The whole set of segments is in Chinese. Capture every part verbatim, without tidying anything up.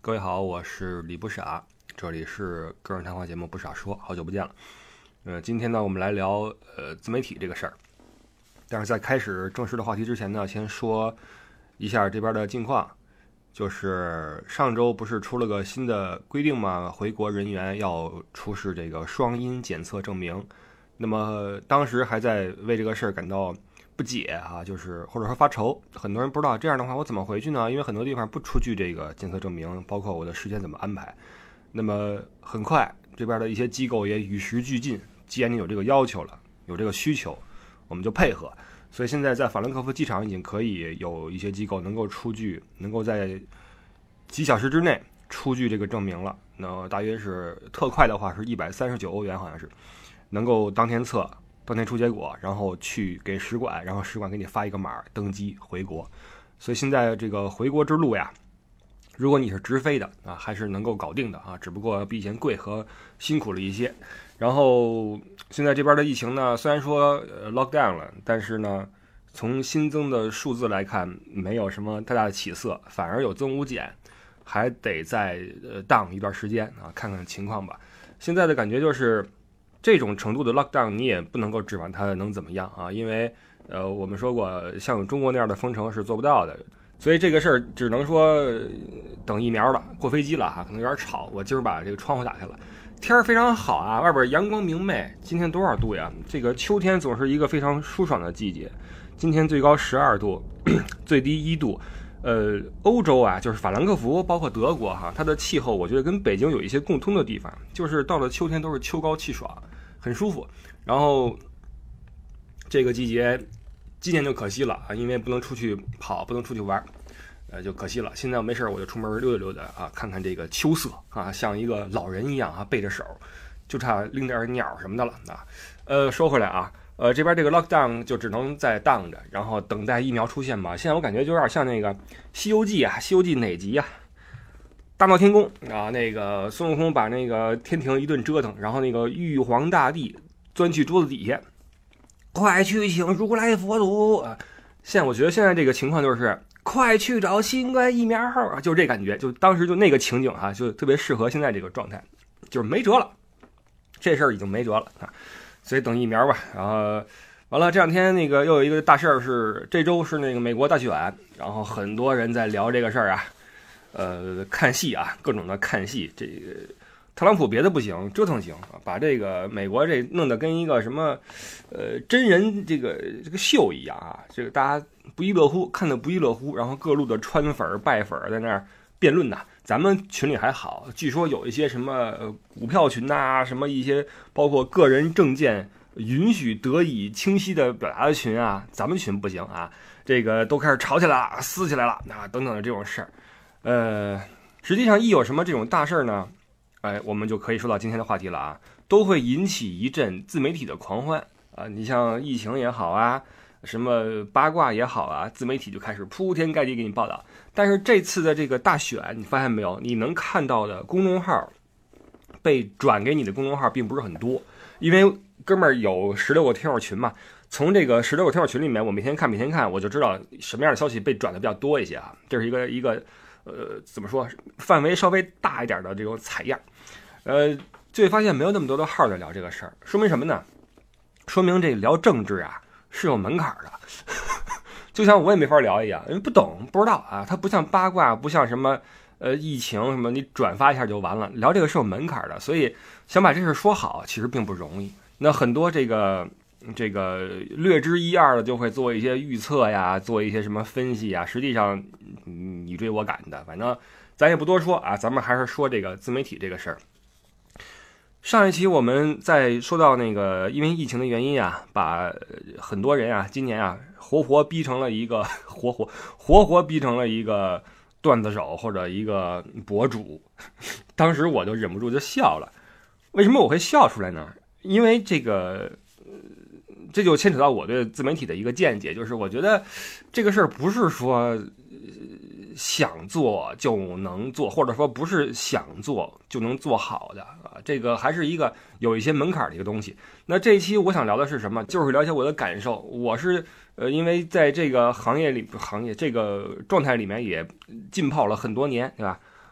各位好，我是李不傻，这里是个人谈话节目不傻说，好久不见了。呃，今天呢，我们来聊呃自媒体这个事儿。但是在开始正式的话题之前呢，先说一下这边的近况。就是上周不是出了个新的规定吗？回国人员要出示这个双阴检测证明。那么当时还在为这个事儿感到不解啊，就是或者说发愁。很多人不知道这样的话我怎么回去呢？因为很多地方不出具这个检测证明，包括我的时间怎么安排。那么很快这边的一些机构也与时俱进，既然你有这个要求了，有这个需求，我们就配合。所以现在在法兰克福机场已经可以有一些机构能够出具，能够在几小时之内出具这个证明了。那大约是特快的话是一百三十九欧元，好像是能够当天测，当天出结果，然后去给使馆，然后使馆给你发一个码，登机回国。所以现在这个回国之路呀，如果你是直飞的啊，还是能够搞定的啊，只不过比以前贵和辛苦了一些。然后现在这边的疫情呢，虽然说呃 lockdown 了，但是呢，从新增的数字来看，没有什么太大的起色，反而有增无减，还得再呃 down 一段时间啊，看看情况吧。现在的感觉就是这种程度的 lockdown 你也不能够指望它能怎么样啊，因为呃我们说过，像中国那样的封城是做不到的。所以这个事儿只能说等疫苗了，过飞机了哈，可能有点吵。我今儿把这个窗户打开了，天儿非常好啊，外边阳光明媚。今天多少度呀？这个秋天总是一个非常舒爽的季节。今天最高十二度，最低一度。呃，欧洲啊，就是法兰克福，包括德国哈，它的气候我觉得跟北京有一些共通的地方，就是到了秋天都是秋高气爽，很舒服。然后这个季节今年就可惜了啊，因为不能出去跑，不能出去玩，呃，就可惜了。现在没事我就出门溜达溜达啊，看看这个秋色啊，像一个老人一样啊，背着手，就差拎点鸟什么的了啊。呃，说回来啊，呃，这边这个 lockdown 就只能再当着，然后等待疫苗出现吧。现在我感觉就有点像那个《西游记》啊，《西游记》哪集啊？大闹天宫啊，那个孙悟空把那个天庭一顿折腾，然后那个玉皇大帝钻去桌子底下。快去请如来佛祖啊！现在我觉得现在这个情况就是快去找新冠疫苗啊，就是这感觉，就当时就那个情景啊，就特别适合现在这个状态，就是没辙了，这事儿已经没辙了啊，所以等疫苗吧。然后完了，这两天那个又有一个大事儿是这周是那个美国大选，然后很多人在聊这个事儿啊，呃，看戏啊，各种的看戏，这个。特朗普别的不行，折腾行啊，把这个美国这弄得跟一个什么，呃，真人这个这个秀一样啊，这个大家不亦乐乎，看得不亦乐乎。然后各路的川粉败粉在那儿辩论呐，咱们群里还好，据说有一些什么、呃、股票群呐，什么一些包括个人证件允许得以清晰的表达的群啊，咱们群不行啊，这个都开始吵起来了，撕起来了啊，等等的这种事儿。呃，实际上一有什么这种大事儿呢？哎，我们就可以说到今天的话题了啊，都会引起一阵自媒体的狂欢啊！你像疫情也好啊，什么八卦也好啊，自媒体就开始铺天盖地给你报道。但是这次的这个大选，你发现没有？你能看到的公众号被转给你的公众号并不是很多，因为哥们儿有十六个听友群嘛，从这个十六个听友群里面，我每天看每天看，我就知道什么样的消息被转的比较多一些啊。这是一个一个呃，怎么说，范围稍微大一点的这种采样。呃，就会发现没有那么多的号在聊这个事儿，说明什么呢？说明这聊政治啊是有门槛的，就像我也没法聊一样，因为不懂不知道啊，它不像八卦，不像什么呃疫情什么，你转发一下就完了。聊这个是有门槛的，所以想把这事说好，其实并不容易。那很多这个这个略知一二的就会做一些预测呀，做一些什么分析呀，实际上你追我赶的，反正咱也不多说啊，咱们还是说这个自媒体这个事儿。上一期我们在说到那个因为疫情的原因啊，把很多人啊今年啊活活逼成了一个活活活活逼成了一个段子手或者一个博主。当时我就忍不住就笑了。为什么我会笑出来呢？因为这个这就牵扯到我对自媒体的一个见解，就是我觉得这个事儿不是说想做就能做，或者说不是想做就能做好的啊，这个还是一个有一些门槛的一个东西。那这一期我想聊的是什么？就是聊一下我的感受。我是呃，因为在这个行业里，行业这个状态里面也浸泡了很多年，对吧？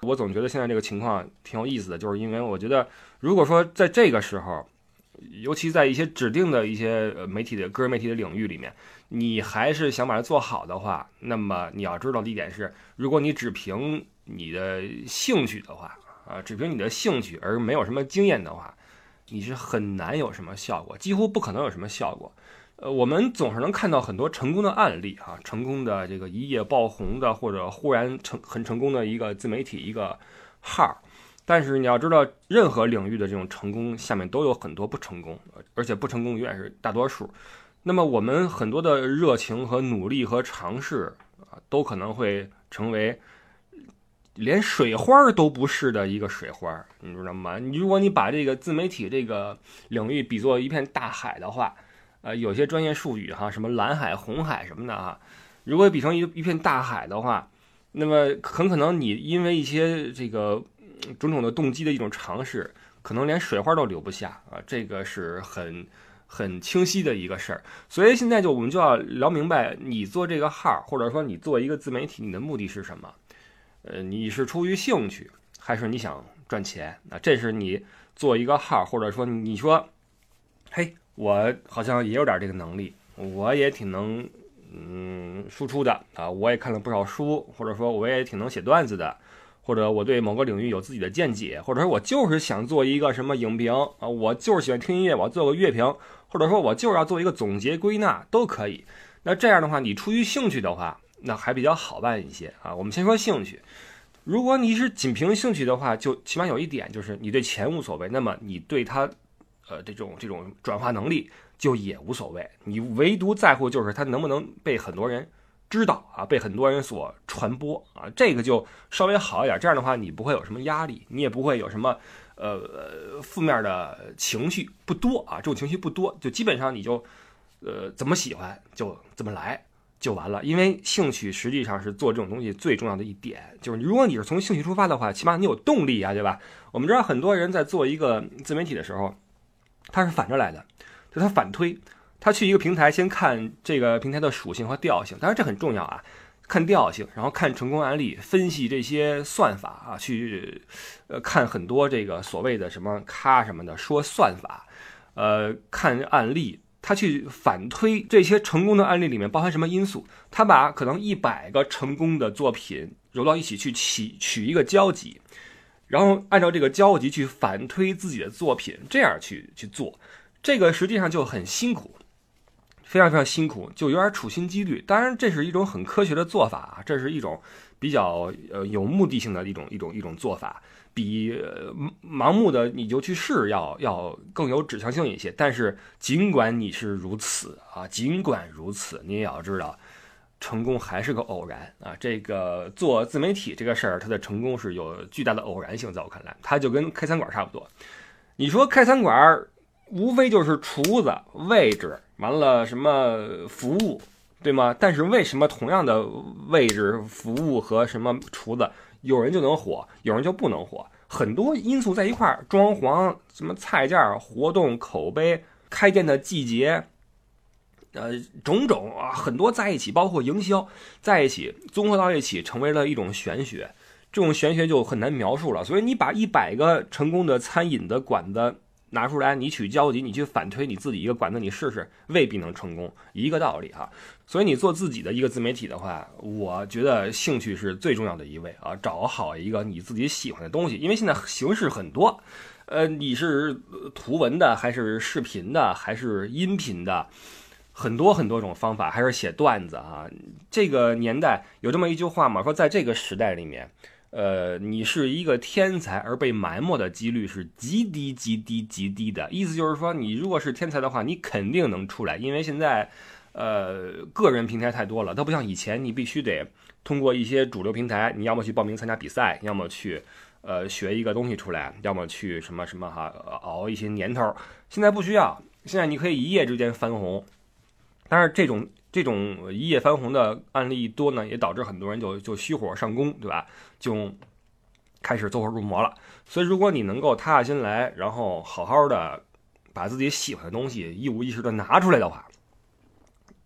我总觉得现在这个情况挺有意思的，就是因为我觉得如果说在这个时候，尤其在一些指定的一些媒体的个人媒体的领域里面，你还是想把它做好的话，那么你要知道的一点是，如果你只凭你的兴趣的话啊，只凭你的兴趣而没有什么经验的话，你是很难有什么效果，几乎不可能有什么效果。呃，我们总是能看到很多成功的案例啊，成功的这个一夜爆红的，或者忽然成很成功的一个自媒体一个号。但是你要知道，任何领域的这种成功下面都有很多不成功，而且不成功永远是大多数。那么我们很多的热情和努力和尝试啊，都可能会成为连水花都不是的一个水花，你知道吗？你如果你把这个自媒体这个领域比作一片大海的话，呃，有些专业术语哈，什么蓝海、红海什么的哈，如果比成一一片大海的话，那么很可能你因为一些这个种种的动机的一种尝试，可能连水花都留不下啊，这个是很很清晰的一个事儿。所以现在就我们就要聊明白，你做这个号，或者说你做一个自媒体，你的目的是什么？呃，你是出于兴趣，还是你想赚钱？啊，这是你做一个号，或者说你说，嘿，我好像也有点这个能力，我也挺能嗯输出的啊，我也看了不少书，或者说我也挺能写段子的，或者我对某个领域有自己的见解，或者说我就是想做一个什么影评啊，我就是喜欢听音乐，我做个乐评，或者说我就是要做一个总结归纳都可以。那这样的话，你出于兴趣的话，那还比较好办一些啊。我们先说兴趣，如果你是仅凭兴趣的话，就起码有一点就是你对钱无所谓，那么你对它呃这种这种转化能力就也无所谓，你唯独在乎就是它能不能被很多人知道啊，被很多人所传播啊，这个就稍微好一点。这样的话，你不会有什么压力，你也不会有什么呃负面的情绪不多啊，这种情绪不多，就基本上你就呃怎么喜欢就怎么来就完了。因为兴趣实际上是做这种东西最重要的一点，就是如果你是从兴趣出发的话，起码你有动力啊，对吧？我们知道很多人在做一个自媒体的时候，他是反着来的，就他反推。他去一个平台，先看这个平台的属性和调性，当然这很重要啊，看调性，然后看成功案例，分析这些算法啊，去呃看很多这个所谓的什么咖什么的说算法，呃看案例，他去反推这些成功的案例里面包含什么因素，他把可能一百个成功的作品揉到一起去取取一个交集，然后按照这个交集去反推自己的作品，这样去去做，这个实际上就很辛苦。非常非常辛苦，就有点处心积虑。当然，这是一种很科学的做法啊，这是一种比较呃有目的性的一种一种一种做法，比、呃、盲目的你就去试要要更有指向性一些。但是尽管你是如此啊，尽管如此，你也要知道，成功还是个偶然啊。这个做自媒体这个事儿，它的成功是有巨大的偶然性，在我看来，它就跟开餐馆差不多。你说开餐馆无非就是厨子、位置，完了什么服务，对吗？但是为什么同样的位置、服务和什么厨子，有人就能火，有人就不能火？很多因素在一块儿，装潢、什么菜价、活动、口碑、开店的季节，呃，种种啊，很多在一起，包括营销在一起，综合到一起，成为了一种玄学。这种玄学就很难描述了。所以你把一百个成功的餐饮的馆子拿出来，你取交集，你去反推你自己一个馆子，你试试，未必能成功，一个道理啊。所以你做自己的一个自媒体的话，我觉得兴趣是最重要的一位啊，找好一个你自己喜欢的东西，因为现在形式很多，呃，你是图文的，还是视频的，还是音频的，很多很多种方法，还是写段子啊。这个年代有这么一句话嘛，说在这个时代里面，呃，你是一个天才而被埋没的几率是极低极低极低的。意思就是说，你如果是天才的话，你肯定能出来，因为现在呃个人平台太多了，它不像以前，你必须得通过一些主流平台，你要么去报名参加比赛，要么去呃学一个东西出来，要么去什么什么哈熬一些年头。现在不需要，现在你可以一夜之间翻红。但是这种这种一夜翻红的案例多呢，也导致很多人就就虚火上攻，对吧？就开始走火入魔了。所以如果你能够踏下心来，然后好好的把自己喜欢的东西一五一十的拿出来的话，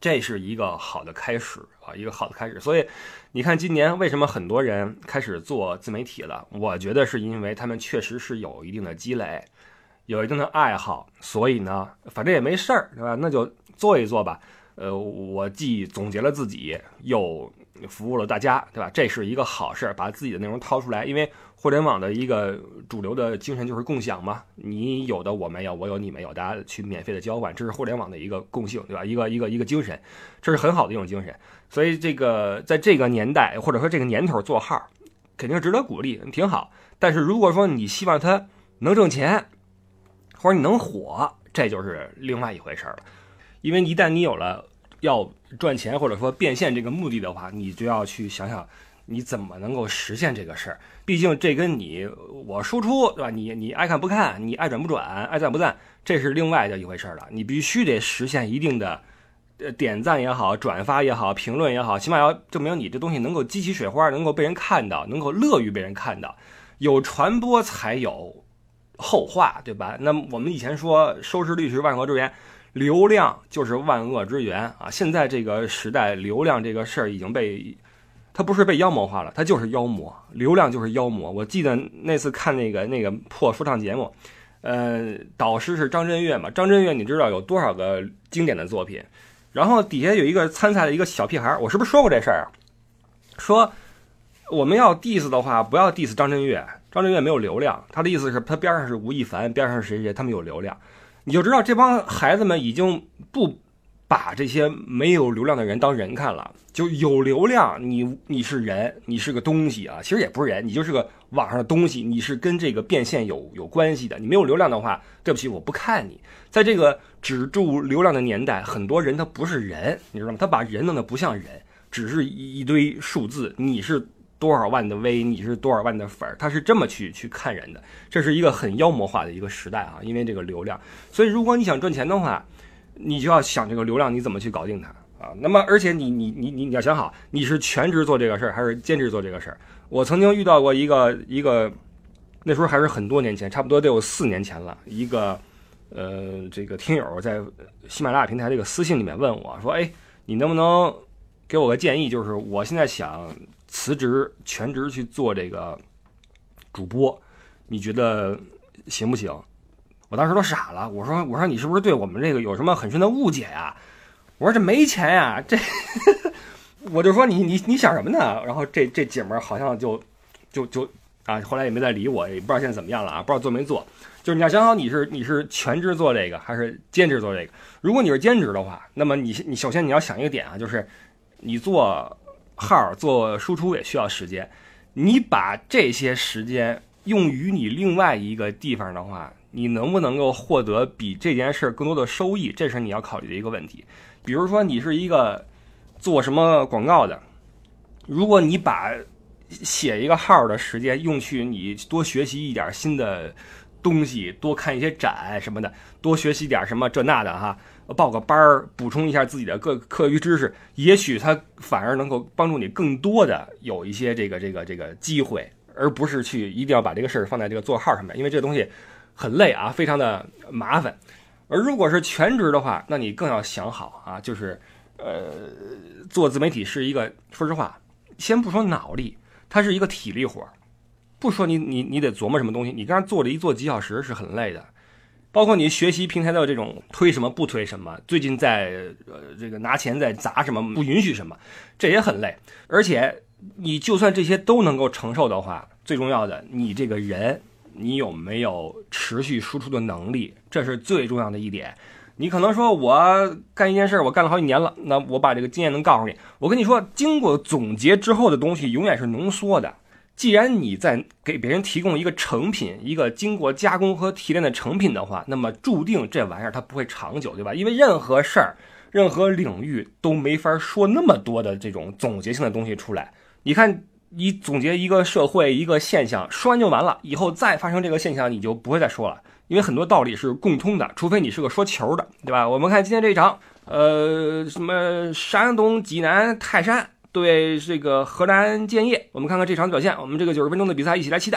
这是一个好的开始啊，一个好的开始。所以你看今年为什么很多人开始做自媒体了，我觉得是因为他们确实是有一定的积累，有一定的爱好，所以呢反正也没事儿，对吧？那就做一做吧。呃，我既总结了自己，又服务了大家，对吧？这是一个好事，把自己的内容掏出来。因为互联网的一个主流的精神就是共享嘛，你有的我没有，我有你没有，大家去免费的交换，这是互联网的一个共性，对吧？一个一个一个精神，这是很好的一种精神。所以这个在这个年代或者说这个年头做号，肯定值得鼓励，挺好。但是如果说你希望它能挣钱，或者你能火，这就是另外一回事了。因为一旦你有了要赚钱或者说变现这个目的的话，你就要去想想你怎么能够实现这个事儿。毕竟这跟你我输出，对吧？你你爱看不看，你爱转不转，爱赞不赞，这是另外的一回事了。你必须得实现一定的呃点赞也好，转发也好，评论也好，起码要证明你这东西能够激起水花，能够被人看到，能够乐于被人看到，有传播才有后话，对吧？那我们以前说收视率是万恶之源，流量就是万恶之源啊！现在这个时代，流量这个事儿已经被，它不是被妖魔化了，它就是妖魔，流量就是妖魔。我记得那次看那个那个破说唱节目，呃，导师是张震岳嘛，张震岳你知道有多少个经典的作品？然后底下有一个参赛的一个小屁孩，我是不是说过这事儿啊？说我们要 diss 的话，不要 diss 张震岳，张震岳没有流量，他的意思是他边上是吴亦凡，边上是谁谁，他们有流量。你就知道这帮孩子们已经不把这些没有流量的人当人看了，就有流量，你你是人，你是个东西啊，其实也不是人，你就是个网上的东西，你是跟这个变现有有关系的。你没有流量的话，对不起，我不看你。在这个只注流量的年代，很多人他不是人，你知道吗？他把人弄得不像人，只是一堆数字，你是多少万的 V， 你是多少万的粉，他是这么去去看人的。这是一个很妖魔化的一个时代啊，因为这个流量。所以如果你想赚钱的话，你就要想这个流量你怎么去搞定它啊。那么而且你你你你你要想好，你是全职做这个事儿还是兼职做这个事儿。我曾经遇到过一个一个那时候还是很多年前，差不多得有四年前了，一个呃这个听友在喜马拉雅平台这个私信里面问我说，哎，你能不能给我个建议，就是我现在想辞职全职去做这个主播，你觉得行不行？我当时都傻了，我说我说你是不是对我们这个有什么很深的误解呀？我说这没钱呀，这我就说你你你想什么呢？然后这这姐们儿好像就就就啊，后来也没再理我，也不知道现在怎么样了啊，不知道做没做。就是你要想好你是你是全职做这个还是兼职做这个。如果你是兼职的话，那么你你首先你要想一个点啊，就是你做号做输出也需要时间，你把这些时间用于你另外一个地方的话，你能不能够获得比这件事更多的收益，这是你要考虑的一个问题。比如说你是一个做什么广告的，如果你把写一个号的时间用去你多学习一点新的东西，多看一些展什么的，多学习点什么这那的哈，报个班儿，补充一下自己的各课余知识，也许它反而能够帮助你更多的有一些这个这个这个机会，而不是去一定要把这个事儿放在这个做号上面，因为这个东西很累啊，非常的麻烦。而如果是全职的话，那你更要想好啊，就是呃，做自媒体是一个，说实话，先不说脑力，它是一个体力活，不说你你你得琢磨什么东西，你刚才坐着一坐几小时是很累的。包括你学习平台的这种推什么不推什么，最近在呃这个拿钱在砸什么，不允许什么，这也很累。而且你就算这些都能够承受的话，最重要的，你这个人你有没有持续输出的能力，这是最重要的一点。你可能说我干一件事我干了好几年了，那我把这个经验能告诉你，我跟你说，经过总结之后的东西永远是浓缩的。既然你在给别人提供一个成品，一个经过加工和提炼的成品的话，那么注定这玩意儿它不会长久，对吧？因为任何事儿任何领域都没法说那么多的这种总结性的东西出来。你看你总结一个社会一个现象说完就完了，以后再发生这个现象你就不会再说了，因为很多道理是共通的，除非你是个说球的，对吧？我们看今天这一场呃什么山东济南泰山对这个河南建业，我们看看这场表现，我们这个九十分钟的比赛一起来期待。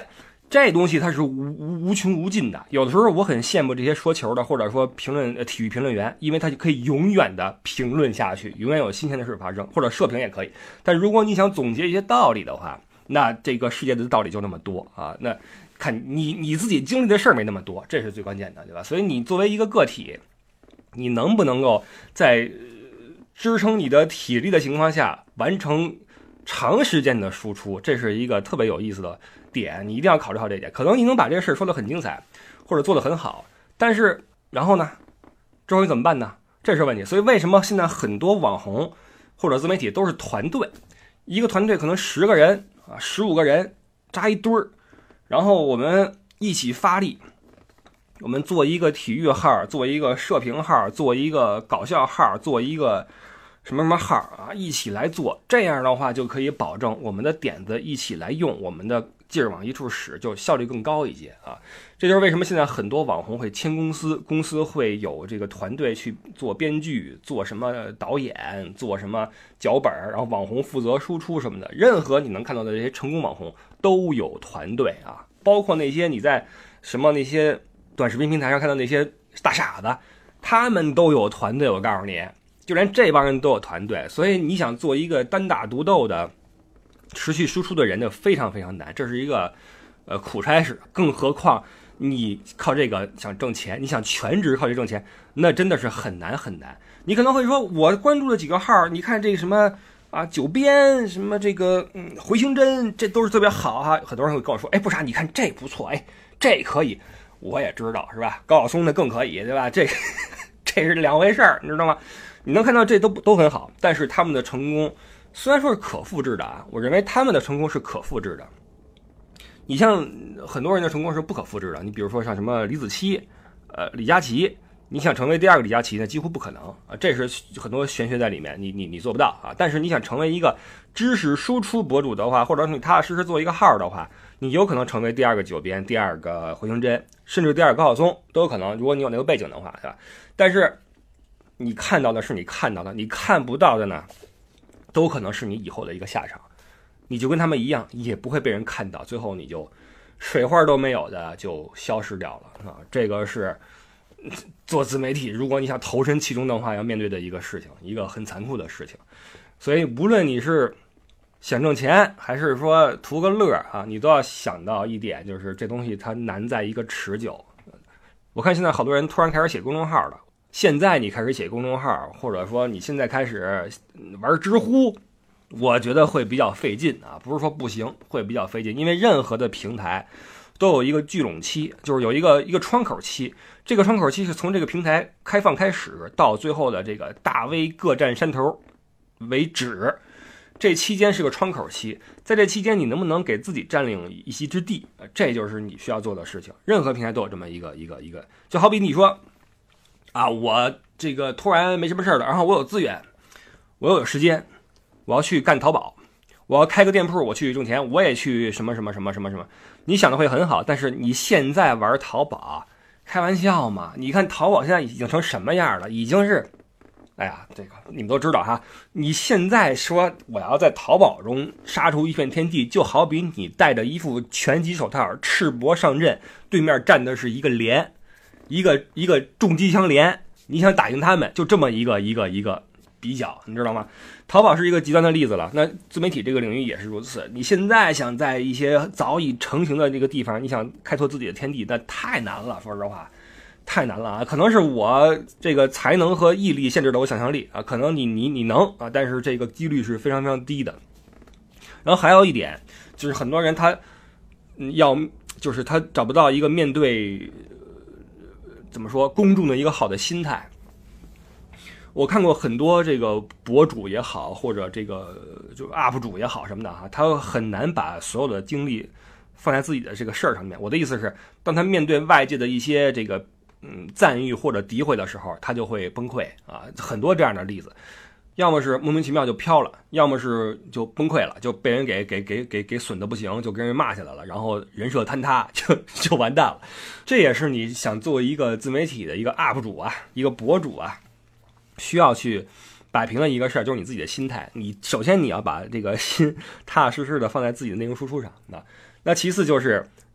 这东西它是无无无穷无尽的。有的时候我很羡慕这些说球的，或者说评论呃体育评论员，因为他就可以永远的评论下去，永远有新鲜的事发生，或者社评也可以。但如果你想总结一些道理的话，那这个世界的道理就那么多啊。那看你你自己经历的事儿没那么多，这是最关键的，对吧？所以你作为一个个体，你能不能够在支撑你的体力的情况下完成长时间的输出，这是一个特别有意思的点，你一定要考虑好这一点。可能你能把这个事说得很精彩，或者做得很好，但是然后呢，之后你怎么办呢？这是问题。所以为什么现在很多网红或者自媒体都是团队，一个团队可能十个人啊，十五个人扎一堆儿，然后我们一起发力，我们做一个体育号，做一个社评号，做一个搞笑号，做一个什么什么号啊，一起来做。这样的话就可以保证我们的点子一起来用，我们的劲儿往一处使，就效率更高一些啊。这就是为什么现在很多网红会签公司，公司会有这个团队去做编剧，做什么导演，做什么脚本，然后网红负责输出什么的。任何你能看到的这些成功网红都有团队啊，包括那些你在什么那些短视频平台上看到那些大傻子，他们都有团队。我告诉你，就连这帮人都有团队。所以你想做一个单打独斗的持续输出的人就非常非常难，这是一个呃苦差事。更何况你靠这个想挣钱，你想全职靠这挣钱，那真的是很难很难。你可能会说，我关注了几个号，你看这个什么啊九编，什么这个嗯回形针，这都是特别好哈、啊。很多人会跟我说，哎不傻，你看这不错，哎这可以。我也知道是吧？高晓松的更可以，对吧？这这是两回事儿，你知道吗？你能看到这都都很好，但是他们的成功虽然说是可复制的啊，我认为他们的成功是可复制的。你像很多人的成功是不可复制的，你比如说像什么李子柒、呃李佳琦，你想成为第二个李佳琦呢，几乎不可能啊，这是很多玄学在里面，你你你做不到啊。但是你想成为一个知识输出博主的话，或者你踏踏实实做一个号的话，你有可能成为第二个九编，第二个回形针，甚至第二个高晓松都有可能，如果你有那个背景的话，对吧？但是你看到的是你看到的，你看不到的呢，都可能是你以后的一个下场。你就跟他们一样，也不会被人看到，最后你就水花都没有的就消失掉了啊！这个是做自媒体，如果你想投身其中的话，要面对的一个事情，一个很残酷的事情。所以无论你是想挣钱还是说图个乐啊，你都要想到一点，就是这东西它难在一个持久。我看现在好多人突然开始写公众号了，现在你开始写公众号，或者说你现在开始玩知乎，我觉得会比较费劲啊，不是说不行，会比较费劲，因为任何的平台都有一个聚拢期，就是有一个一个窗口期。这个窗口期是从这个平台开放开始到最后的这个大 V 各占山头为止，这期间是个窗口期。在这期间，你能不能给自己占领一席之地，这就是你需要做的事情。任何平台都有这么一个一个一个，就好比你说啊，我这个突然没什么事了，然后我有资源，我又有时间，我要去干淘宝，我要开个店铺，我去挣钱，我也去什么什么什么什么什么。你想的会很好，但是你现在玩淘宝，开玩笑嘛？你看淘宝现在已经成什么样了？已经是，哎呀，这个你们都知道哈。你现在说我要在淘宝中杀出一片天地，就好比你戴着一副拳击手套，赤膊上阵，对面站的是一个连，一个一个重机枪连，你想打赢他们，就这么一个一个一个比较，你知道吗？淘宝是一个极端的例子了，那自媒体这个领域也是如此。你现在想在一些早已成型的这个地方，你想开拓自己的天地，那太难了，说实话太难了啊！可能是我这个才能和毅力限制了我想象力啊，可能你你你能啊，但是这个几率是非常非常低的。然后还有一点就是很多人他要就是他找不到一个面对怎么说公众的一个好的心态。我看过很多这个博主也好，或者这个就 U P 主也好什么的哈，他很难把所有的精力放在自己的这个事儿上面。我的意思是，当他面对外界的一些这个嗯赞誉或者诋毁的时候，他就会崩溃啊。很多这样的例子，要么是莫名其妙就飘了，要么是就崩溃了，就被人给给给给给损的不行，就跟人骂起来了，然后人设坍塌，就就完蛋了。这也是你想做一个自媒体的一个 U P 主啊，一个博主啊，需要去摆平的一个事儿，就是你自己的心态。你首先你要把这个心踏踏实实的放在自己的内容输出上，那那其次就是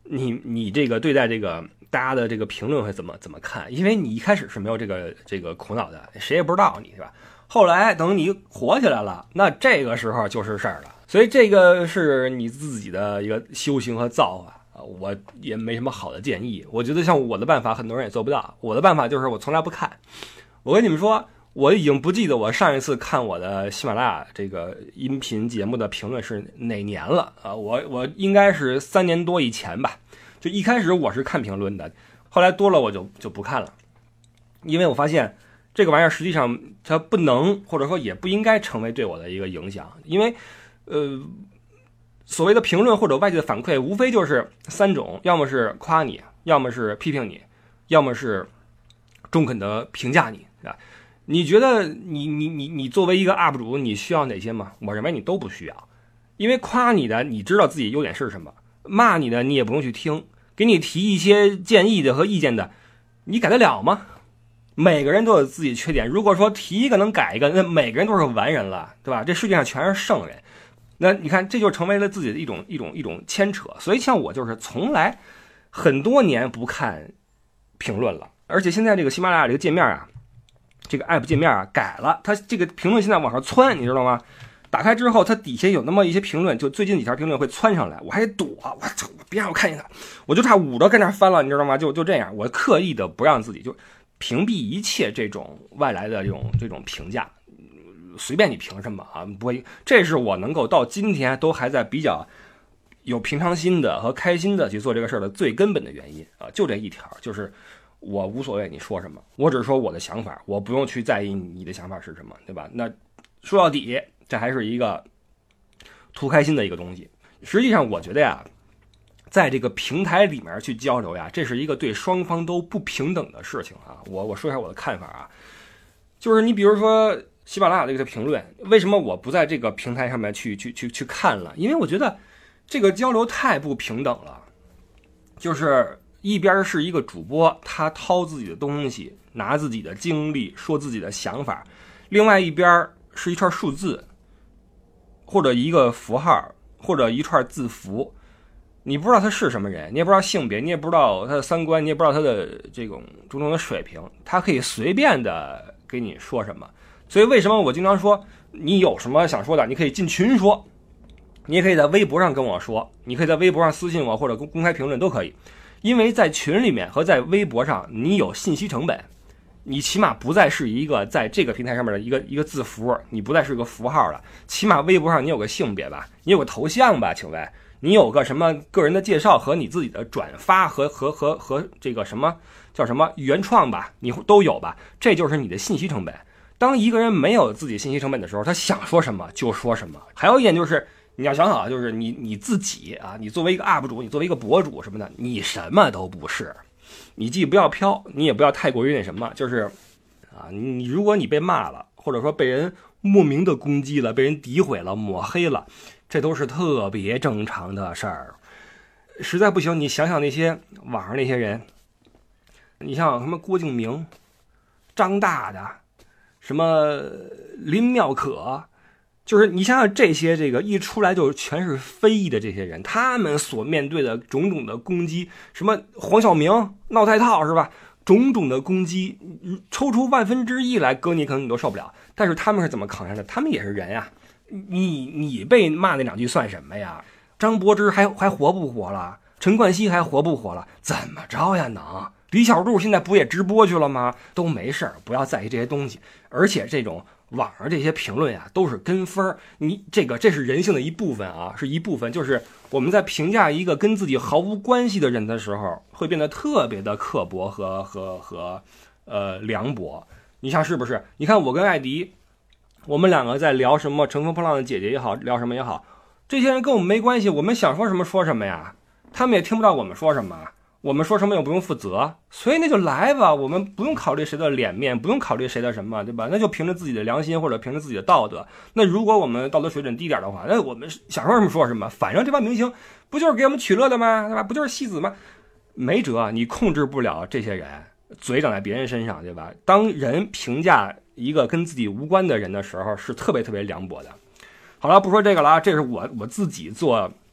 你你这个对待这个大家的这个评论会怎么怎么看？因为你一开始是没有这个这个苦恼的，谁也不知道你，对吧？后来等你火起来了，那这个时候就是事儿了。所以这个是你自己的一个修行和造化啊，我也没什么好的建议。我觉得像我的办法，很多人也做不到。我的办法就是我从来不看。我跟你们说，我已经不记得我上一次看我的喜马拉雅这个音频节目的评论是哪年了啊？我我应该是三年多以前吧。就一开始我是看评论的，后来多了我就就不看了，因为我发现这个玩意儿实际上它不能，或者说也不应该成为对我的一个影响。因为呃，所谓的评论或者外界的反馈，无非就是三种，要么是夸你，要么是批评你，要么是中肯的评价你，对吧？你觉得你你你你作为一个 U P 主，你需要哪些吗？我认为你都不需要，因为夸你的，你知道自己优点是什么；骂你的，你也不用去听；给你提一些建议的和意见的，你改得了吗？每个人都有自己缺点，如果说提一个能改一个，那每个人都是完人了，对吧？这世界上全是圣人。那你看，这就成为了自己的一种一种一种牵扯。所以像我就是从来很多年不看评论了，而且现在这个喜马拉雅这个界面啊，这个 app 界面啊改了，它这个评论现在往上窜，你知道吗？打开之后，它底下有那么一些评论，就最近几条评论会窜上来，我还得躲，我操，别让我看见它，我就差捂着跟那翻了，你知道吗？就就这样，我刻意的不让自己就屏蔽一切这种外来的这种这种评价。随便你凭什么啊？不会，这是我能够到今天都还在比较有平常心的和开心的去做这个事儿的最根本的原因啊，就这一条，就是我无所谓你说什么，我只是说我的想法，我不用去在意你的想法是什么，对吧？那说到底，这还是一个图开心的一个东西。实际上，我觉得呀，在这个平台里面去交流呀，这是一个对双方都不平等的事情啊。我我说一下我的看法啊，就是你比如说喜马拉雅这个评论，为什么我不在这个平台上面去去去去看了？因为我觉得这个交流太不平等了。就是一边是一个主播，他掏自己的东西，拿自己的经历，说自己的想法；另外一边是一串数字，或者一个符号，或者一串字符。你不知道他是什么人，你也不知道性别，你也不知道他的三观，你也不知道他的这种种种的水平，他可以随便的给你说什么。所以为什么我经常说，你有什么想说的，你可以进群说，你也可以在微博上跟我说，你可以在微博上私信我，或者公公开评论都可以。因为在群里面和在微博上，你有信息成本，你起码不再是一个在这个平台上面的一个一个字符，你不再是个符号了。起码微博上你有个性别吧，你有个头像吧，请问你有个什么个人的介绍和你自己的转发和和和和这个什么叫什么原创吧，你都有吧？这就是你的信息成本。当一个人没有自己信息成本的时候，他想说什么就说什么。还有一点就是你要想好，就是你你自己啊，你作为一个 U P 主，你作为一个博主什么的，你什么都不是。你既不要飘，你也不要太过于那什么，就是啊，你如果你被骂了，或者说被人莫名的攻击了，被人诋毁了，抹黑了，这都是特别正常的事儿。实在不行，你想想那些网上那些人，你像什么郭敬明、张大大，什么林妙可，就是你想想这些这个一出来就全是非议的这些人，他们所面对的种种的攻击，什么黄晓明闹太套是吧？种种的攻击，抽出万分之一来搁你可能你都受不了，但是他们是怎么扛下的？他们也是人呀，你你被骂那两句算什么呀？张柏芝还还活不活了？陈冠希还活不活了？怎么着呀能？李小璐现在不也直播去了吗？都没事儿，不要在意这些东西。而且这种网上这些评论呀，都是跟风，你这个这是人性的一部分啊，是一部分。就是我们在评价一个跟自己毫无关系的人的时候，会变得特别的刻薄和和和呃凉薄。你想是不是？你看我跟艾迪，我们两个在聊什么乘风破浪的姐姐也好，聊什么也好，这些人跟我们没关系，我们想说什么说什么呀，他们也听不到我们说什么。我们说什么又不用负责，所以那就来吧，我们不用考虑谁的脸面，不用考虑谁的什么，对吧？那就凭着自己的良心或者凭着自己的道德。那如果我们道德水准低点的话，那我们想说什么说什么，反正这帮明星不就是给我们取乐的吗？对吧？不就是戏子吗？没辙，你控制不了这些人，嘴长在别人身上，对吧？当人评价一个跟自己无关的人的时候，是特别特别凉薄的。好了，不说这个了啊，这是我我自己做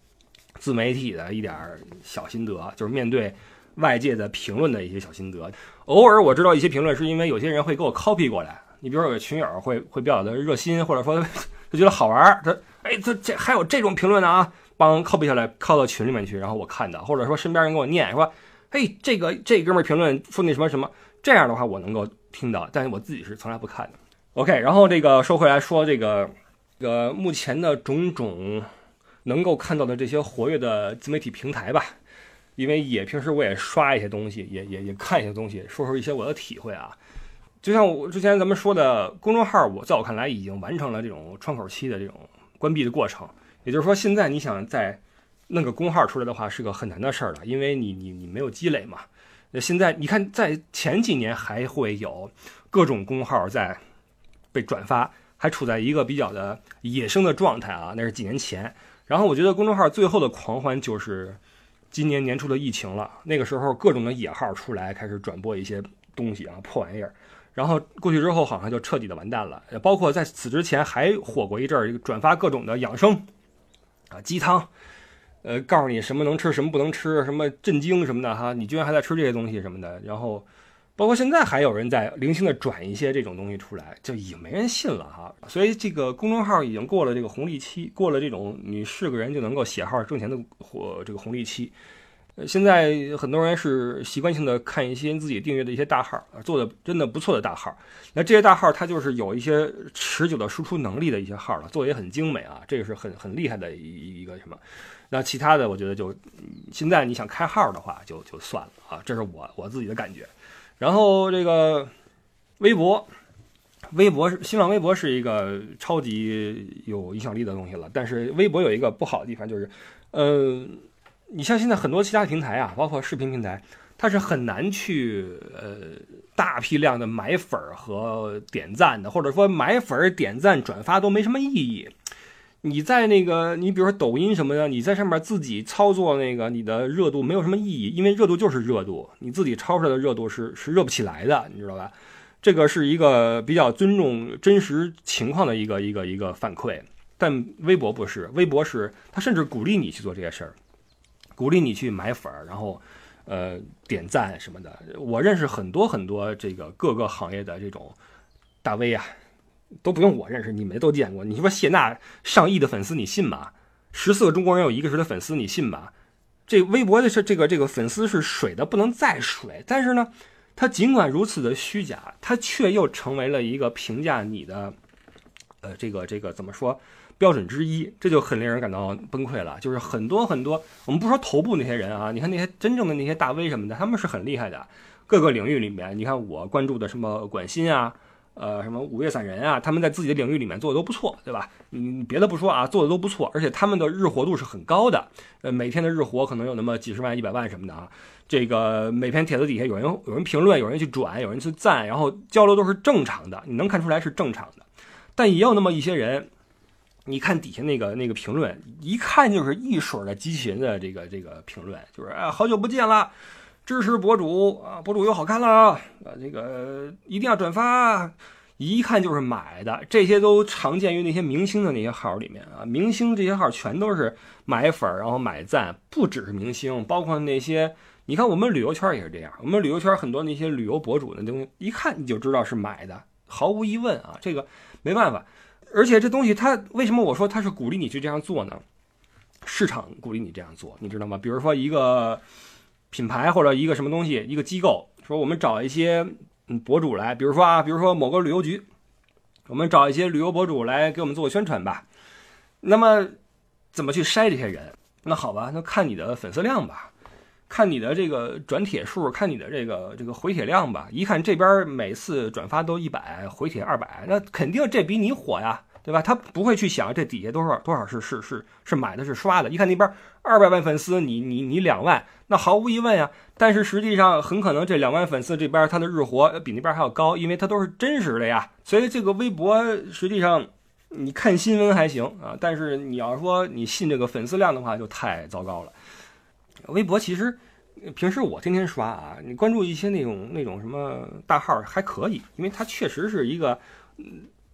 自媒体的一点小心得，就是面对外界的评论的一些小心得。偶尔我知道一些评论是因为有些人会给我 copy 过来，你比如说有群友会会比较的热心，或者说就觉得好玩，他哎这这还有这种评论呢啊，帮 copy 下来靠到群里面去，然后我看到，或者说身边人给我念说，嘿这个这哥们评论说那什么什么，这样的话我能够听到，但是我自己是从来不看的。OK， 然后这个说回来说这个这个目前的种种能够看到的这些活跃的自媒体平台吧，因为也平时我也刷一些东西，也也也看一些东西，说说一些我的体会啊。就像我之前咱们说的，公众号我在我看来已经完成了这种窗口期的这种关闭的过程，也就是说现在你想再弄个公号出来的话是个很难的事儿了，因为你你你没有积累嘛。现在你看在前几年还会有各种公号在被转发，还处在一个比较的野生的状态啊，那是几年前。然后我觉得公众号最后的狂欢就是今年年初的疫情了，那个时候各种的野号出来开始转播一些东西啊，破玩意儿，然后过去之后好像就彻底的完蛋了。包括在此之前还火过一阵儿，转发各种的养生啊鸡汤，呃告诉你什么能吃什么不能吃，什么震惊什么的哈，你居然还在吃这些东西什么的。然后包括现在还有人在零星的转一些这种东西出来，就已经没人信了哈。所以这个公众号已经过了这个红利期，过了这种你是个人就能够写号挣钱的火这个红利期。呃，现在很多人是习惯性的看一些自己订阅的一些大号，做的真的不错的大号。那这些大号它就是有一些持久的输出能力的一些号了，做的也很精美啊，这个是很很厉害的一一个什么。那其他的我觉得就现在你想开号的话就就算了啊，这是我我自己的感觉。然后这个微博，微博是新浪微博是一个超级有影响力的东西了，但是微博有一个不好的地方就是，呃，你像现在很多其他平台啊，包括视频平台，它是很难去呃大批量的买粉和点赞的，或者说买粉、点赞、转发都没什么意义。你在那个，你比如说抖音什么的，你在上面自己操作那个，你的热度没有什么意义，因为热度就是热度，你自己超出来的热度是是热不起来的，你知道吧？这个是一个比较尊重真实情况的一个一个一个反馈，但微博不是，微博是它甚至鼓励你去做这些事儿，鼓励你去买粉，然后呃点赞什么的。我认识很多很多这个各个行业的这种大 V 啊。都不用我认识，你们都见过。你说谢娜上亿的粉丝，你信吗？十四个中国人有一个是他粉丝，你信吗？这微博的是这个这个粉丝是水的不能再水，但是呢，他尽管如此的虚假，他却又成为了一个评价你的，呃，这个这个怎么说标准之一，这就很令人感到崩溃了。就是很多很多，我们不说头部那些人啊，你看那些真正的那些大 V 什么的，他们是很厉害的，各个领域里面，你看我关注的什么管鑫啊。呃，什么五月散人啊，他们在自己的领域里面做的都不错，对吧？你别的不说啊，做的都不错，而且他们的日活度是很高的，呃，每天的日活可能有那么几十万、一百万什么的啊。这个每篇帖子底下有人有人评论，有人去转，有人去赞，然后交流都是正常的，你能看出来是正常的。但也有那么一些人，你看底下那个那个评论，一看就是一水的机器人的这个这个评论，就是啊，好久不见了。支持博主啊，博主又好看了啊，这个一定要转发，一看就是买的。这些都常见于那些明星的那些号里面啊，明星这些号全都是买粉然后买赞，不只是明星，包括那些你看我们旅游圈也是这样，我们旅游圈很多那些旅游博主的东西，一看你就知道是买的，毫无疑问啊，这个没办法。而且这东西它为什么我说它是鼓励你去这样做呢？市场鼓励你这样做，你知道吗？比如说一个品牌或者一个什么东西，一个机构说我们找一些嗯博主来，比如说啊，比如说某个旅游局，我们找一些旅游博主来给我们做个宣传吧。那么怎么去筛这些人？那好吧，那看你的粉丝量吧，看你的这个转帖数，看你的这个这个回帖量吧。一看这边每次转发都一百，回帖二百，那肯定这比你火呀。对吧？他不会去想这底下多少多少是是是是买的是刷的。一看那边二百万粉丝，你你你两万，那毫无疑问呀。但是实际上很可能这两万粉丝这边他的日活比那边还要高，因为他都是真实的呀。所以这个微博实际上你看新闻还行啊，但是你要说你信这个粉丝量的话，就太糟糕了。微博其实平时我天天刷啊，你关注一些那种那种什么大号还可以，因为它确实是一个。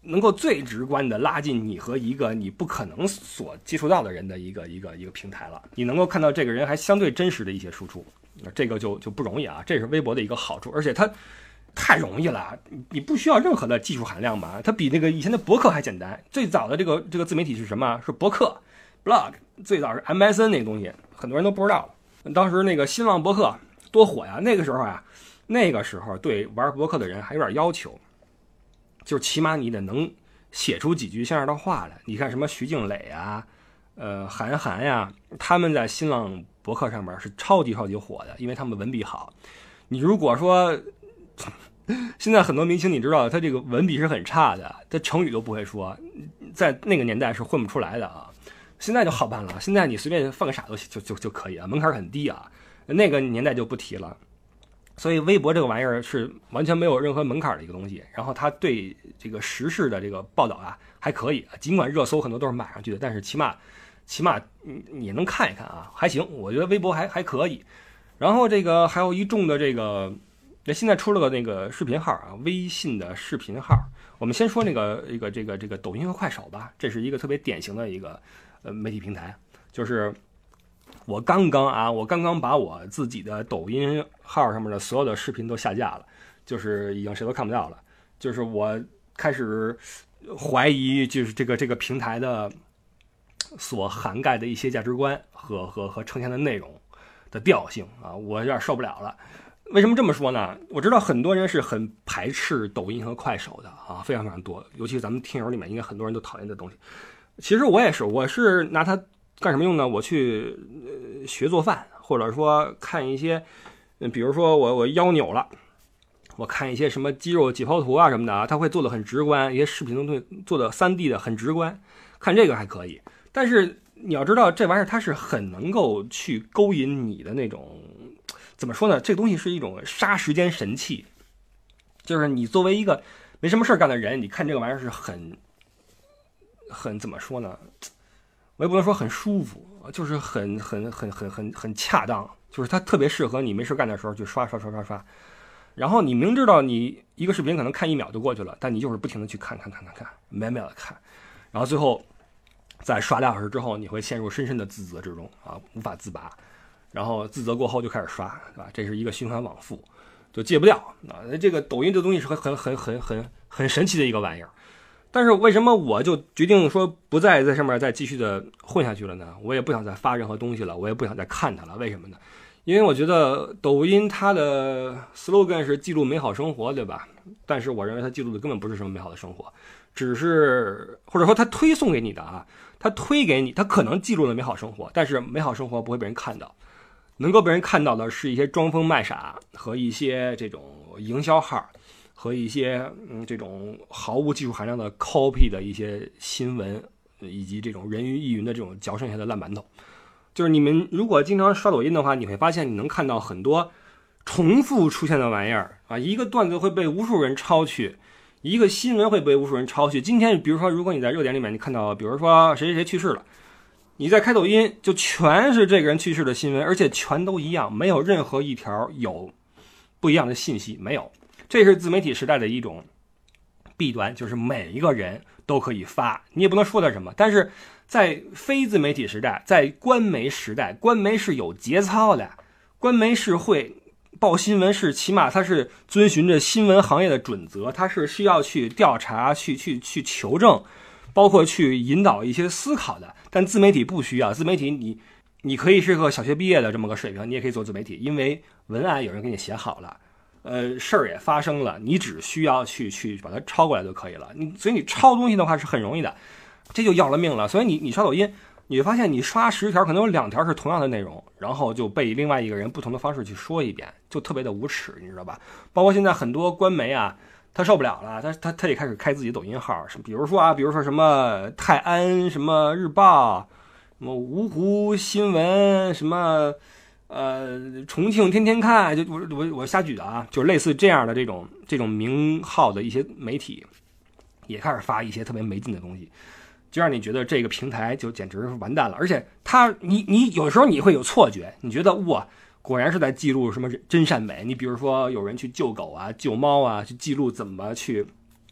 能够最直观的拉近你和一个你不可能所接触到的人的一个一个一个平台了。你能够看到这个人还相对真实的一些输出，这个就就不容易啊，这是微博的一个好处，而且它太容易了，你不需要任何的技术含量吧？它比那个以前的博客还简单。最早的这个这个自媒体是什么？是博客 blog， 最早是 M S N 那个东西，很多人都不知道了。当时那个新浪博客多火呀，那个时候啊，那个时候对玩博客的人还有点要求。就是起码你得能写出几句像样的话来。你看什么徐静蕾啊，呃，韩寒呀，他们在新浪博客上面是超级超级火的，因为他们文笔好。你如果说现在很多明星，你知道他这个文笔是很差的，他成语都不会说，在那个年代是混不出来的啊。现在就好办了，现在你随便放个傻都就就就可以了，门槛很低啊。那个年代就不提了。所以微博这个玩意儿是完全没有任何门槛的一个东西，然后它对这个时事的这个报道啊还可以，尽管热搜很多都是买上去的，但是起码起码你能看一看啊，还行，我觉得微博还还可以。然后这个还有一众的这个，现在出了个那个视频号啊，微信的视频号。我们先说那个一个这个这个抖音和快手吧，这是一个特别典型的一个呃媒体平台，就是。我刚刚啊，我刚刚把我自己的抖音号上面的所有的视频都下架了，就是已经谁都看不到了。就是我开始怀疑，就是这个这个平台的所涵盖的一些价值观和和和呈现的内容的调性啊，我有点受不了了。为什么这么说呢？我知道很多人是很排斥抖音和快手的啊，非常非常多，尤其咱们听友里面应该很多人都讨厌这东西。其实我也是，我是拿它干什么用呢？我去、呃、学做饭，或者说看一些，嗯，比如说我我腰扭了，我看一些什么肌肉解剖图啊什么的啊，他会做的很直观，一些视频都会做的 三 D 的很直观，看这个还可以。但是你要知道，这玩意儿它是很能够去勾引你的那种，怎么说呢？这个东西是一种杀时间神器，就是你作为一个没什么事干的人，你看这个玩意儿是很很怎么说呢？我也不能说很舒服，就是很很很很很很恰当，就是它特别适合你没事干的时候去刷刷刷刷刷。然后你明知道你一个视频可能看一秒就过去了，但你就是不停的去看看看看看，秒秒的看，然后最后在刷俩小时之后，你会陷入深深的自责之中啊，无法自拔。然后自责过后就开始刷，对吧？这是一个循环往复，就戒不掉啊。这个抖音这东西是很很很很很很神奇的一个玩意儿。但是为什么我就决定说不再在上面再继续的混下去了呢？我也不想再发任何东西了，我也不想再看它了。为什么呢？因为我觉得抖音它的 slogan 是记录美好生活，对吧？但是我认为它记录的根本不是什么美好的生活，只是或者说它推送给你的啊，它推给你，它可能记录了美好生活，但是美好生活不会被人看到，能够被人看到的是一些装疯卖傻和一些这种营销号。和一些嗯这种毫无技术含量的 copy 的一些新闻，以及这种人云亦云的这种嚼剩下的烂馒头。就是你们如果经常刷抖音的话，你会发现你能看到很多重复出现的玩意儿啊，一个段子会被无数人抄去，一个新闻会被无数人抄去。今天比如说，如果你在热点里面你看到，比如说谁谁谁去世了，你在开抖音就全是这个人去世的新闻，而且全都一样，没有任何一条有不一样的信息，没有。这是自媒体时代的一种弊端，就是每一个人都可以发，你也不能说他什么。但是在非自媒体时代，在官媒时代，官媒是有节操的，官媒是会报新闻，是起码它是遵循着新闻行业的准则，它是需要去调查、去去去求证，包括去引导一些思考的。但自媒体不需要，自媒体你你可以是个小学毕业的这么个水平，你也可以做自媒体，因为文案有人给你写好了。呃，事儿也发生了，你只需要去去把它抄过来就可以了。你所以你抄东西的话是很容易的，这就要了命了。所以你你刷抖音，你会发现你刷十条可能有两条是同样的内容，然后就被另外一个人不同的方式去说一遍，就特别的无耻，你知道吧？包括现在很多官媒啊，他受不了了，他他他也开始开自己抖音号，比如说啊，比如说什么泰安什么日报，什么芜湖新闻什么。呃，重庆天天看，就我我我瞎举的啊，就是类似这样的这种这种名号的一些媒体，也开始发一些特别没劲的东西，就让你觉得这个平台就简直是完蛋了。而且他，你你有时候你会有错觉，你觉得哇，果然是在记录什么真善美。你比如说有人去救狗啊、救猫啊，去记录怎么去把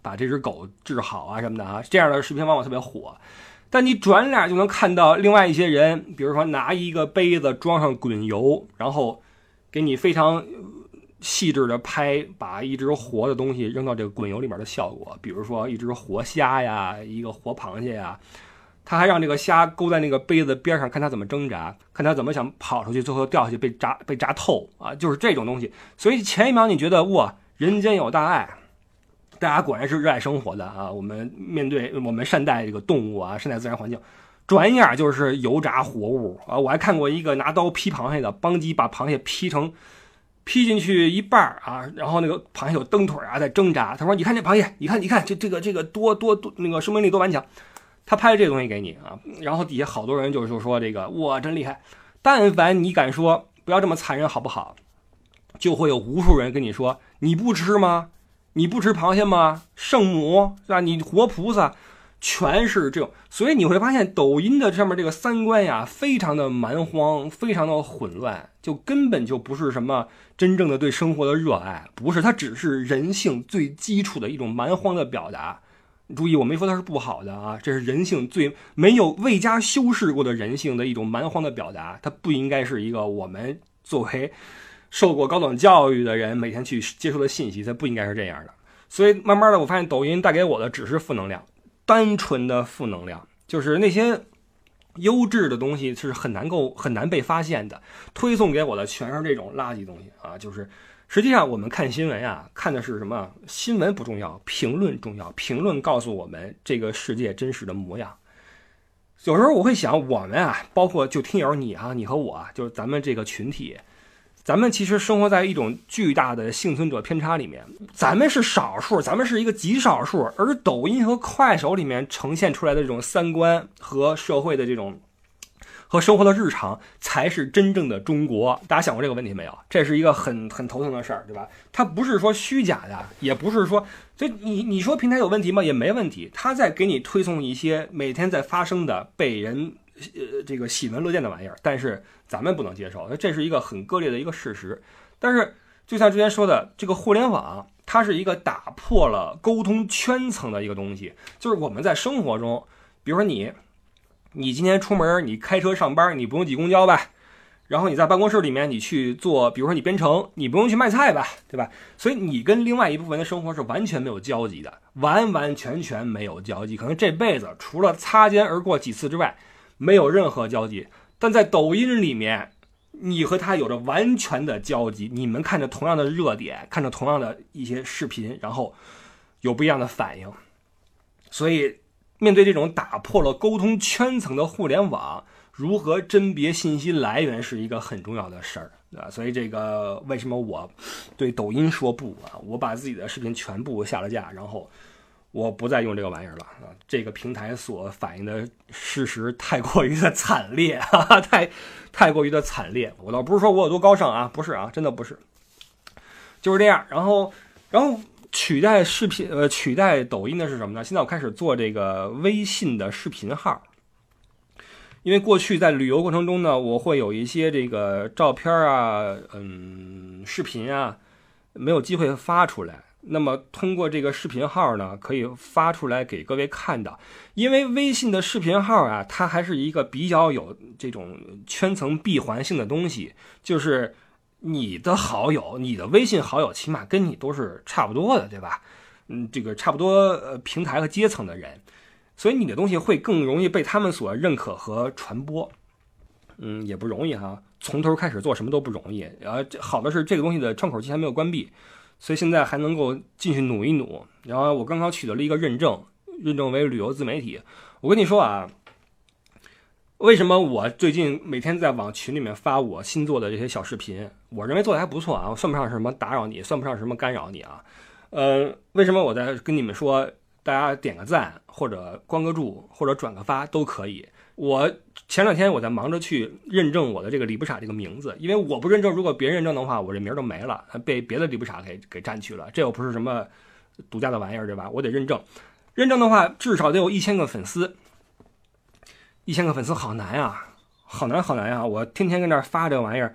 把这只狗治好啊什么的啊，这样的视频往往特别火。但你转脸就能看到另外一些人，比如说拿一个杯子装上滚油，然后给你非常细致的拍把一只活的东西扔到这个滚油里面的效果，比如说一只活虾呀，一个活螃蟹呀，他还让这个虾勾在那个杯子边上，看它怎么挣扎，看它怎么想跑出去，最后掉下去被炸被炸透啊，就是这种东西。所以前一秒你觉得哇，人间有大爱，大家果然是热爱生活的啊，我们面对我们善待这个动物啊，善待自然环境。转眼就是油炸活物啊！我还看过一个拿刀劈螃蟹的，邦基把螃蟹劈成劈进去一半啊，然后那个螃蟹有蹬腿啊，在挣扎。他说：“你看这螃蟹，你看你看这这个这个多多多那个生命力多顽强。”他拍这个东西给你啊，然后底下好多人就是说这个哇真厉害。但凡你敢说不要这么残忍好不好，就会有无数人跟你说你不吃吗？你不吃螃蟹吗？圣母是吧？你活菩萨。全是这种，所以你会发现抖音的上面这个三观呀，非常的蛮荒，非常的混乱，就根本就不是什么真正的对生活的热爱，不是，它只是人性最基础的一种蛮荒的表达。注意，我没说它是不好的啊，这是人性最没有未加修饰过的人性的一种蛮荒的表达，它不应该是一个我们作为受过高等教育的人每天去接受的信息，它不应该是这样的。所以慢慢的，我发现抖音带给我的只是负能量。单纯的负能量，就是那些优质的东西是很难够很难被发现的，推送给我的全是这种垃圾东西啊！就是实际上我们看新闻啊，看的是什么？新闻不重要，评论重要。评论告诉我们这个世界真实的模样。有时候我会想，我们啊，包括就听友你啊，你和我啊，就是咱们这个群体。咱们其实生活在一种巨大的幸存者偏差里面，咱们是少数，咱们是一个极少数，而抖音和快手里面呈现出来的这种三观和社会的这种和生活的日常才是真正的中国。大家想过这个问题没有？这是一个很很头疼的事儿，对吧？它不是说虚假的，也不是说就你你说平台有问题吗？也没问题，它在给你推送一些每天在发生的被人呃这个喜闻乐见的玩意儿，但是咱们不能接受，这是一个很割裂的一个事实。但是就像之前说的，这个互联网它是一个打破了沟通圈层的一个东西，就是我们在生活中，比如说你你今天出门，你开车上班，你不用挤公交吧，然后你在办公室里面你去做，比如说你编程，你不用去卖菜吧，对吧？所以你跟另外一部分的生活是完全没有交集的，完完全全没有交集，可能这辈子除了擦肩而过几次之外没有任何交集。但在抖音里面，你和他有着完全的交集，你们看着同样的热点，看着同样的一些视频，然后有不一样的反应。所以面对这种打破了沟通圈层的互联网，如何甄别信息来源是一个很重要的事儿啊。所以这个为什么我对抖音说不啊？我把自己的视频全部下了架，然后我不再用这个玩意儿了啊！这个平台所反映的事实太过于的惨烈，哈哈，太太过于的惨烈。我倒不是说我有多高尚啊，不是啊，真的不是，就是这样。然后，然后取代视频呃取代抖音的是什么呢？现在我开始做这个微信的视频号，因为过去在旅游过程中呢，我会有一些这个照片啊，嗯，视频啊，没有机会发出来。那么通过这个视频号呢，可以发出来给各位看到。因为微信的视频号啊，它还是一个比较有这种圈层闭环性的东西，就是你的好友，你的微信好友起码跟你都是差不多的，对吧？嗯，这个差不多呃平台和阶层的人，所以你的东西会更容易被他们所认可和传播。嗯，也不容易哈，从头开始做什么都不容易。然后好的是这个东西的窗口期还没有关闭。所以现在还能够继续努一努，然后我刚刚取得了一个认证，认证为旅游自媒体。我跟你说啊，为什么我最近每天在往群里面发我新做的这些小视频，我认为做的还不错啊，算不上什么打扰你，算不上什么干扰你啊。呃，为什么我在跟你们说，大家点个赞或者关个注或者转个发都可以。我前两天我在忙着去认证我的这个李不傻这个名字，因为我不认证，如果别人认证的话，我这名儿都没了，被别的李不傻给给占去了，这又不是什么独家的玩意儿，对吧？我得认证，认证的话至少得有一千个粉丝，一千个粉丝好难啊，好难好难啊！我天天跟那儿发这个玩意儿，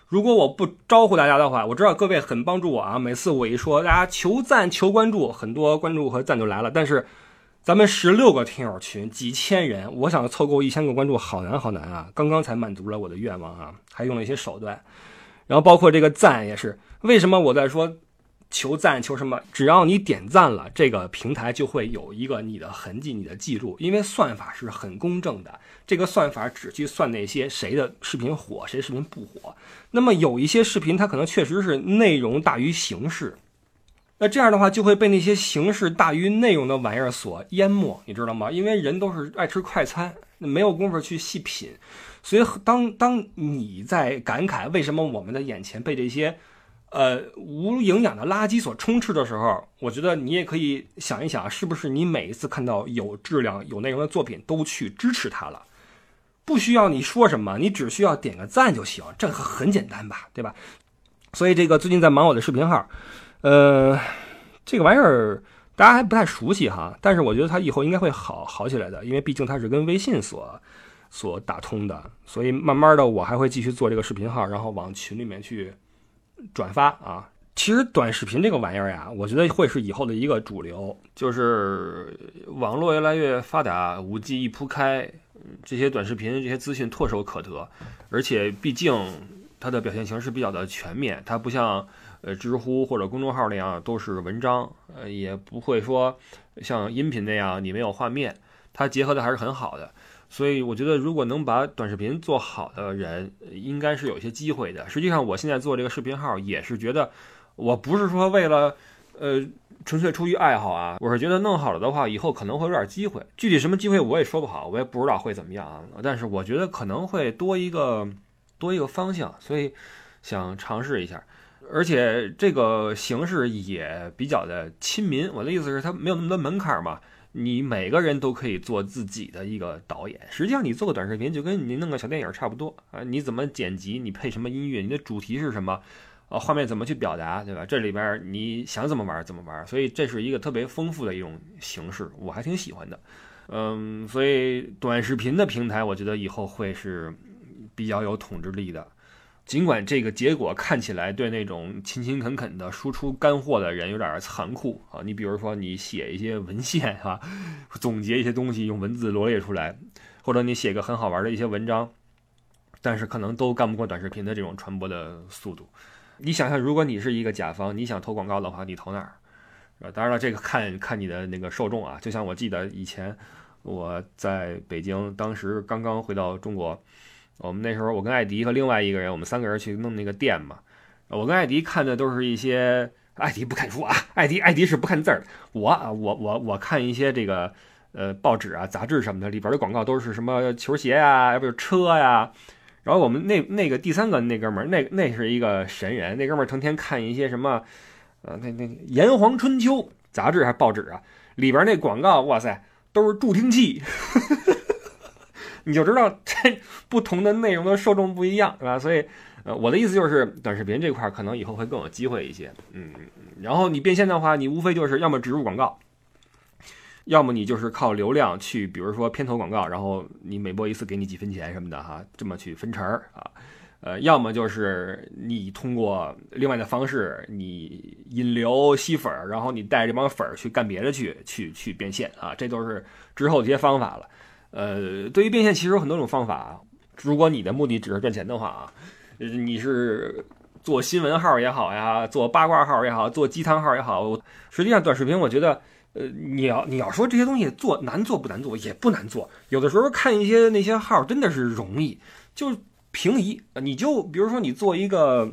如果我不招呼大家的话，我知道各位很帮助我啊，每次我一说大家求赞求关注，很多关注和赞就来了，但是咱们十六个听友群几千人，我想凑够一千个关注好难好难啊，刚刚才满足了我的愿望啊，还用了一些手段，然后包括这个赞也是，为什么我在说求赞求什么？只要你点赞了，这个平台就会有一个你的痕迹，你的记录，因为算法是很公正的。这个算法只去算那些谁的视频火，谁视频不火。那么有一些视频它可能确实是内容大于形式，那这样的话就会被那些形式大于内容的玩意儿所淹没，你知道吗？因为人都是爱吃快餐，没有功夫去细品。所以当当你在感慨为什么我们的眼前被这些呃，无营养的垃圾所充斥的时候，我觉得你也可以想一想，是不是你每一次看到有质量、有内容的作品，都去支持它了？不需要你说什么，你只需要点个赞就行，这很简单吧，对吧？所以这个最近在忙我的视频号，呃，这个玩意儿大家还不太熟悉哈，但是我觉得它以后应该会好好起来的，因为毕竟它是跟微信所所打通的，所以慢慢的我还会继续做这个视频号，然后往群里面去转发啊。其实短视频这个玩意儿呀，我觉得会是以后的一个主流，就是网络越来越发达， 五 G 一铺开，这些短视频这些资讯唾手可得，而且毕竟它的表现形式比较的全面，它不像呃知乎或者公众号那样都是文章，呃也不会说像音频那样你没有画面，它结合的还是很好的。所以我觉得如果能把短视频做好的人应该是有一些机会的。实际上我现在做这个视频号也是觉得，我不是说为了呃纯粹出于爱好啊，我是觉得弄好了的话以后可能会有点机会，具体什么机会我也说不好，我也不知道会怎么样啊，但是我觉得可能会多一个多一个方向，所以想尝试一下。而且这个形式也比较的亲民，我的意思是它没有那么多门槛嘛，你每个人都可以做自己的一个导演。实际上你做个短视频就跟你弄个小电影差不多啊，你怎么剪辑，你配什么音乐，你的主题是什么，啊，画面怎么去表达，对吧？这里边你想怎么玩怎么玩，所以这是一个特别丰富的一种形式，我还挺喜欢的。嗯，所以短视频的平台我觉得以后会是比较有统治力的。尽管这个结果看起来对那种勤勤恳恳的输出干货的人有点残酷啊，你比如说你写一些文献啊，总结一些东西用文字罗列出来，或者你写个很好玩的一些文章，但是可能都干不过短视频的这种传播的速度。你想想，如果你是一个甲方，你想投广告的话，你投哪儿？当然了，这个看看你的那个受众啊。就像我记得以前我在北京，当时刚刚回到中国，我们那时候我跟艾迪和另外一个人，我们三个人去弄那个店嘛。我跟艾迪看的都是一些，艾迪不看书啊，艾迪艾迪是不看字儿。我啊，我我我看一些这个呃报纸啊、杂志什么的，里边的广告都是什么球鞋呀，要不就车呀。然后我们那那个第三个那哥们儿，那那是一个神人，那哥们儿成天看一些什么，呃，那那《炎黄春秋》杂志还报纸啊，里边那广告，哇塞，都是助听器。你就知道这不同的内容的受众不一样，对吧？所以，呃，我的意思就是，短视频这块可能以后会更有机会一些，嗯。然后你变现的话，你无非就是要么植入广告，要么你就是靠流量去，比如说片头广告，然后你每播一次给你几分钱什么的哈，这么去分成啊。呃，要么就是你通过另外的方式，你引流吸粉，然后你带这帮粉去干别的去，去去变现啊，这都是之后这些方法了。呃，对于变现其实有很多种方法。如果你的目的只是赚钱的话啊，你是做新闻号也好呀，做八卦号也好，做鸡汤号也好，实际上短视频我觉得，呃，你要你要说这些东西做难做不难做，也不难做。有的时候看一些那些号真的是容易，就平移。你就比如说你做一个，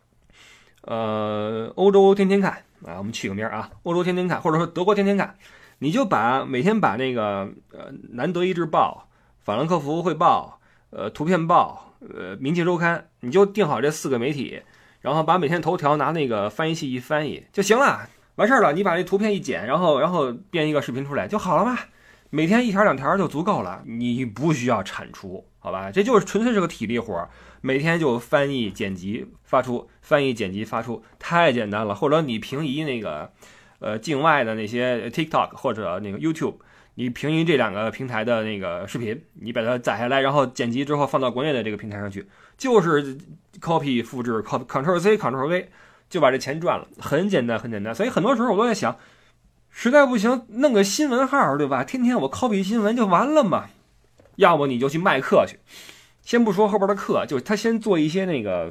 呃，欧洲天天看啊，我们取个名啊，欧洲天天看，或者说德国天天看。你就把每天把那个呃南德意志报、法兰克福汇报、呃图片报、呃明镜周刊，你就定好这四个媒体，然后把每天头条拿那个翻译器一翻译就行了，完事儿了。你把那图片一剪，然后然后编一个视频出来就好了嘛。每天一条两条就足够了，你不需要产出，好吧？这就是纯粹是个体力活，每天就翻译、剪辑、发出，翻译、剪辑、发出，太简单了。或者你平移那个。呃，境外的那些 TikTok 或者那个 YouTube， 你平移这两个平台的那个视频，你把它载下来，然后剪辑之后放到国内的这个平台上去， 就是 copy 复制 copy Ctrl C Ctrl V 就把这钱赚了，很简单很简单。所以很多时候我都在想，实在不行弄个新闻号，对吧？天天我 copy 新闻就完了嘛。要么你就去卖课去，先不说后边的课，就他先做一些那个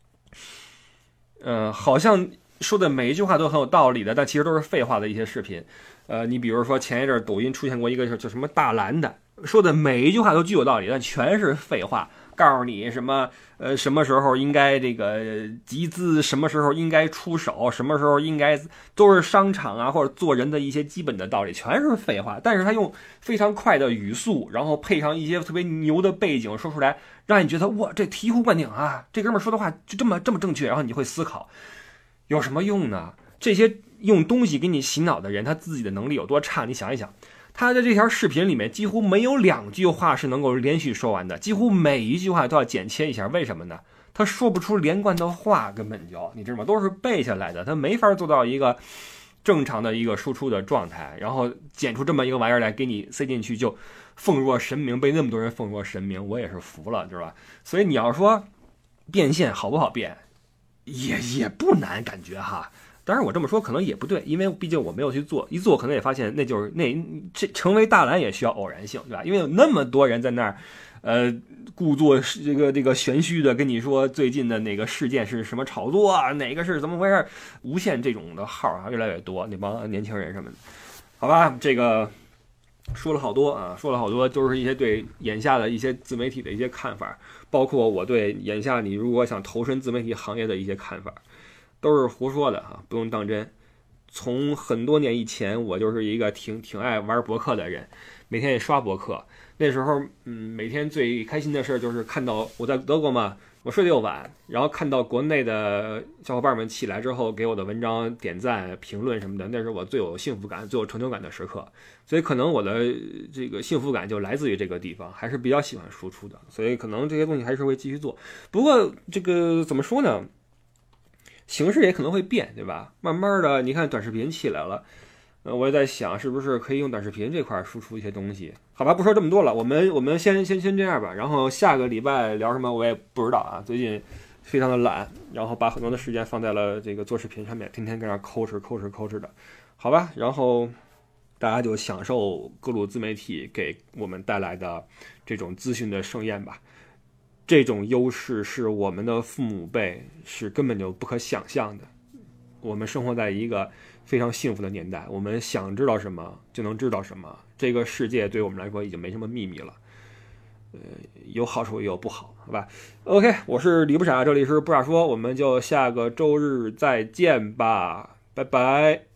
呃好像说的每一句话都很有道理的，但其实都是废话的一些视频。呃，你比如说前一阵抖音出现过一个叫什么大蓝的，说的每一句话都具有道理，但全是废话，告诉你什么呃什么时候应该这个集资，什么时候应该出手，什么时候应该，都是商场啊或者做人的一些基本的道理，全是废话。但是他用非常快的语速，然后配上一些特别牛的背景说出来，让你觉得哇，这醍醐灌顶啊，这哥们说的话就这么这么正确，然后你会思考有什么用呢？这些用东西给你洗脑的人，他自己的能力有多差？你想一想，他在这条视频里面几乎没有两句话是能够连续说完的，几乎每一句话都要剪切一下。为什么呢？他说不出连贯的话，根本就你知道吗？都是背下来的，他没法做到一个正常的一个输出的状态，然后剪出这么一个玩意儿来给你塞进去，就奉若神明，被那么多人奉若神明，我也是服了，知道吧？所以你要说变现好不好变，也也不难，感觉哈。当然我这么说可能也不对，因为毕竟我没有去做，一做可能也发现那就是那这成为大蓝也需要偶然性，对吧？因为有那么多人在那儿，呃，故作这个这个玄虚的跟你说最近的哪个事件是什么炒作啊，哪个是怎么回事，无限这种的号啊越来越多，那帮年轻人什么的，好吧，这个说了好多啊，说了好多，都是一些对眼下的一些自媒体的一些看法，包括我对眼下你如果想投身自媒体行业的一些看法。都是胡说的啊，不用当真。从很多年以前，我就是一个挺挺爱玩博客的人，每天也刷博客。那时候，嗯，每天最开心的事就是看到我在德国嘛，我睡得又晚，然后看到国内的小伙伴们起来之后给我的文章点赞、评论什么的，那是我最有幸福感、最有成就感的时刻。所以可能我的这个幸福感就来自于这个地方，还是比较喜欢输出的。所以可能这些东西还是会继续做。不过这个怎么说呢？形式也可能会变，对吧？慢慢的，你看短视频起来了，呃，我也在想，是不是可以用短视频这块输出一些东西？好吧，不说这么多了，我们我们先先先这样吧。然后下个礼拜聊什么我也不知道啊，最近非常的懒，然后把很多的时间放在了这个做视频上面，天天跟那抠哧抠哧抠哧的，好吧？然后大家就享受各路自媒体给我们带来的这种资讯的盛宴吧。这种优势是我们的父母辈是根本就不可想象的。我们生活在一个非常幸福的年代，我们想知道什么就能知道什么，这个世界对我们来说已经没什么秘密了。呃，有好处也有不好，好吧 ？OK， 我是李不傻，这里是不傻说，我们就下个周日再见吧，拜拜。